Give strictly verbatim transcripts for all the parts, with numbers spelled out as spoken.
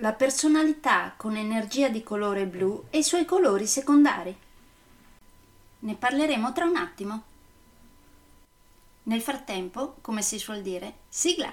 la personalità con energia di colore blu e i suoi colori secondari. Ne parleremo tra un attimo. Nel frattempo, come si suol dire, sigla!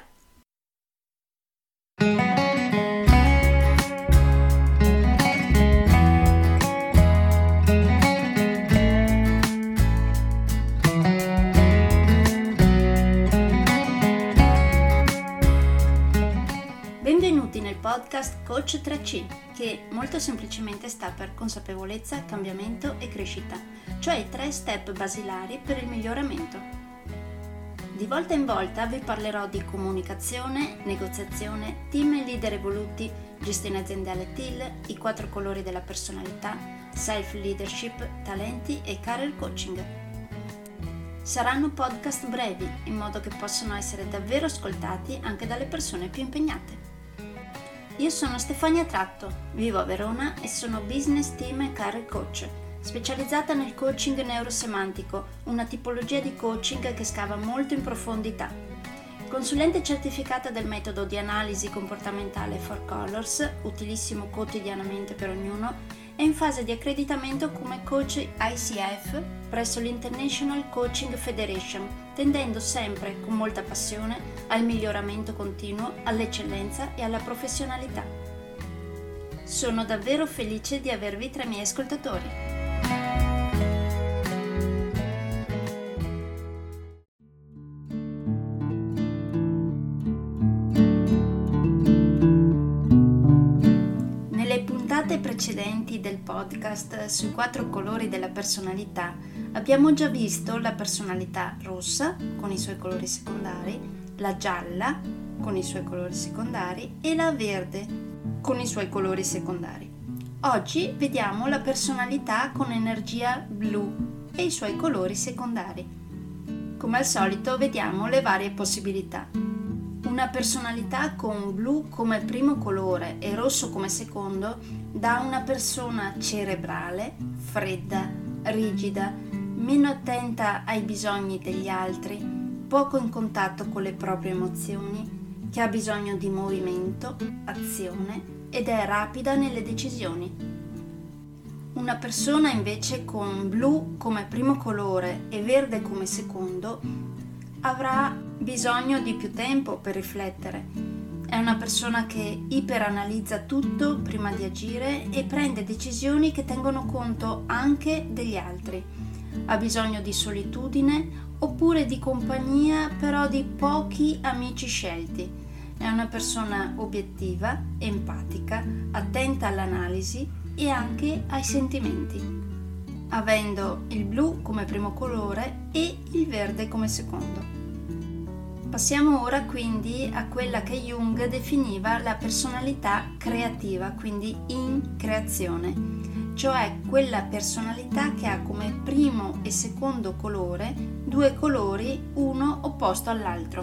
Benvenuti nel podcast Coach tre C, che molto semplicemente sta per consapevolezza, cambiamento e crescita, cioè i tre step basilari per il miglioramento. Di volta in volta vi parlerò di comunicazione, negoziazione, team e leader evoluti, gestione aziendale T I L, i quattro colori della personalità, self-leadership, talenti e career coaching. Saranno podcast brevi, in modo che possano essere davvero ascoltati anche dalle persone più impegnate. Io sono Stefania Tratto, vivo a Verona e sono business team e career coach, specializzata nel coaching neurosemantico, una tipologia di coaching che scava molto in profondità. Consulente certificata del metodo di analisi comportamentale Four Colors, utilissimo quotidianamente per ognuno, e in fase di accreditamento come coach I C F presso l'International Coaching Federation, tendendo sempre con molta passione al miglioramento continuo, all'eccellenza e alla professionalità. Sono davvero felice di avervi tra i miei ascoltatori. Precedenti del podcast sui quattro colori della personalità abbiamo già visto la personalità rossa con i suoi colori secondari, la gialla con i suoi colori secondari e la verde con i suoi colori secondari. Oggi vediamo la personalità con energia blu e i suoi colori secondari. Come al solito vediamo le varie possibilità. Una personalità con blu come primo colore e rosso come secondo dà una persona cerebrale, fredda, rigida, meno attenta ai bisogni degli altri, poco in contatto con le proprie emozioni, che ha bisogno di movimento, azione ed è rapida nelle decisioni. Una persona invece con blu come primo colore e verde come secondo avrà bisogno di più tempo per riflettere. È una persona che iperanalizza tutto prima di agire e prende decisioni che tengono conto anche degli altri. Ha bisogno di solitudine oppure di compagnia, però di pochi amici scelti. È una persona obiettiva, empatica, attenta all'analisi e anche ai sentimenti, avendo il blu come primo colore e il verde come secondo. Passiamo ora quindi a quella che Jung definiva la personalità creativa, quindi in creazione, cioè quella personalità che ha come primo e secondo colore due colori, uno opposto all'altro.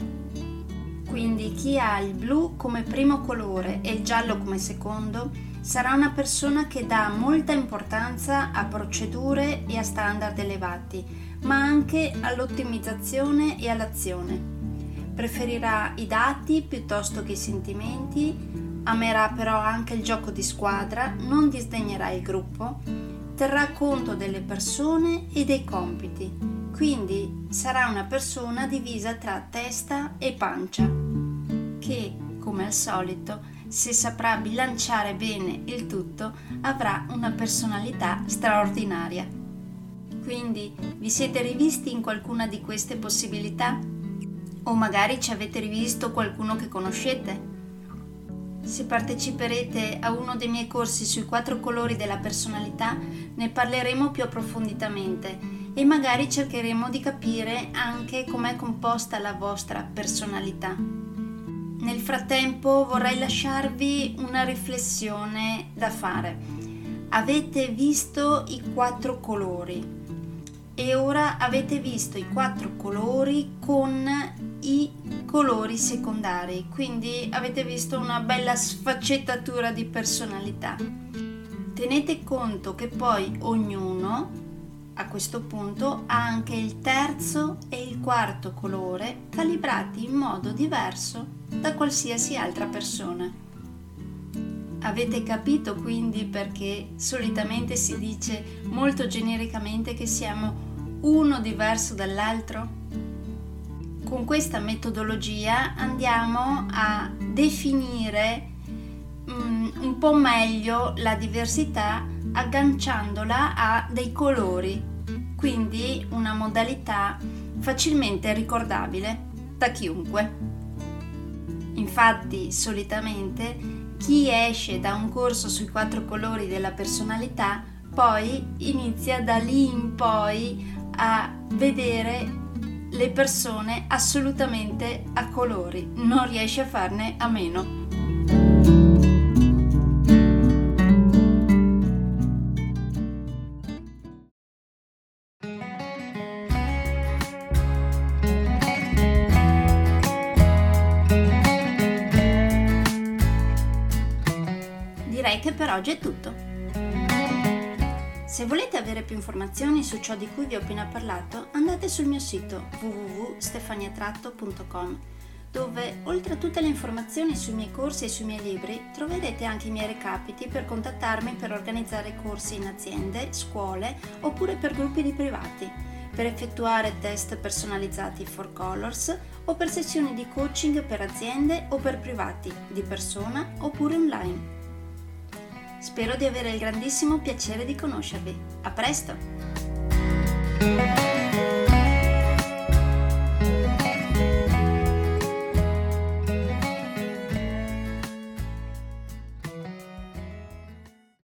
Quindi chi ha il blu come primo colore e il giallo come secondo sarà una persona che dà molta importanza a procedure e a standard elevati, ma anche all'ottimizzazione e all'azione. Preferirà i dati piuttosto che i sentimenti, amerà però anche il gioco di squadra, non disdegnerà il gruppo, terrà conto delle persone e dei compiti, quindi sarà una persona divisa tra testa e pancia, che, come al solito, se saprà bilanciare bene il tutto, avrà una personalità straordinaria. Quindi, vi siete rivisti in qualcuna di queste possibilità? O magari ci avete rivisto qualcuno che conoscete? Se parteciperete a uno dei miei corsi sui quattro colori della personalità, ne parleremo più approfonditamente e magari cercheremo di capire anche com'è composta la vostra personalità. Nel frattempo vorrei lasciarvi una riflessione da fare. Avete visto i quattro colori e ora avete visto i quattro colori con i colori secondari, quindi avete visto una bella sfaccettatura di personalità. Tenete conto che poi ognuno a questo punto ha anche il terzo e il quarto colore calibrati in modo diverso da qualsiasi altra persona. Avete capito quindi perché solitamente si dice molto genericamente che siamo uno diverso dall'altro? Con questa metodologia andiamo a definire um, un po' meglio la diversità agganciandola a dei colori, quindi una modalità facilmente ricordabile da chiunque. Infatti, solitamente chi esce da un corso sui quattro colori della personalità poi inizia da lì in poi a vedere le persone assolutamente a colori, non riesce a farne a meno. Direi che per oggi è tutto. Se volete avere più informazioni su ciò di cui vi ho appena parlato, andate sul mio sito w w w punto stefania tratto punto com, dove oltre a tutte le informazioni sui miei corsi e sui miei libri troverete anche i miei recapiti per contattarmi per organizzare corsi in aziende, scuole oppure per gruppi di privati, per effettuare test personalizzati for colors o per sessioni di coaching per aziende o per privati, di persona oppure online. Spero di avere il grandissimo piacere di conoscervi. A presto!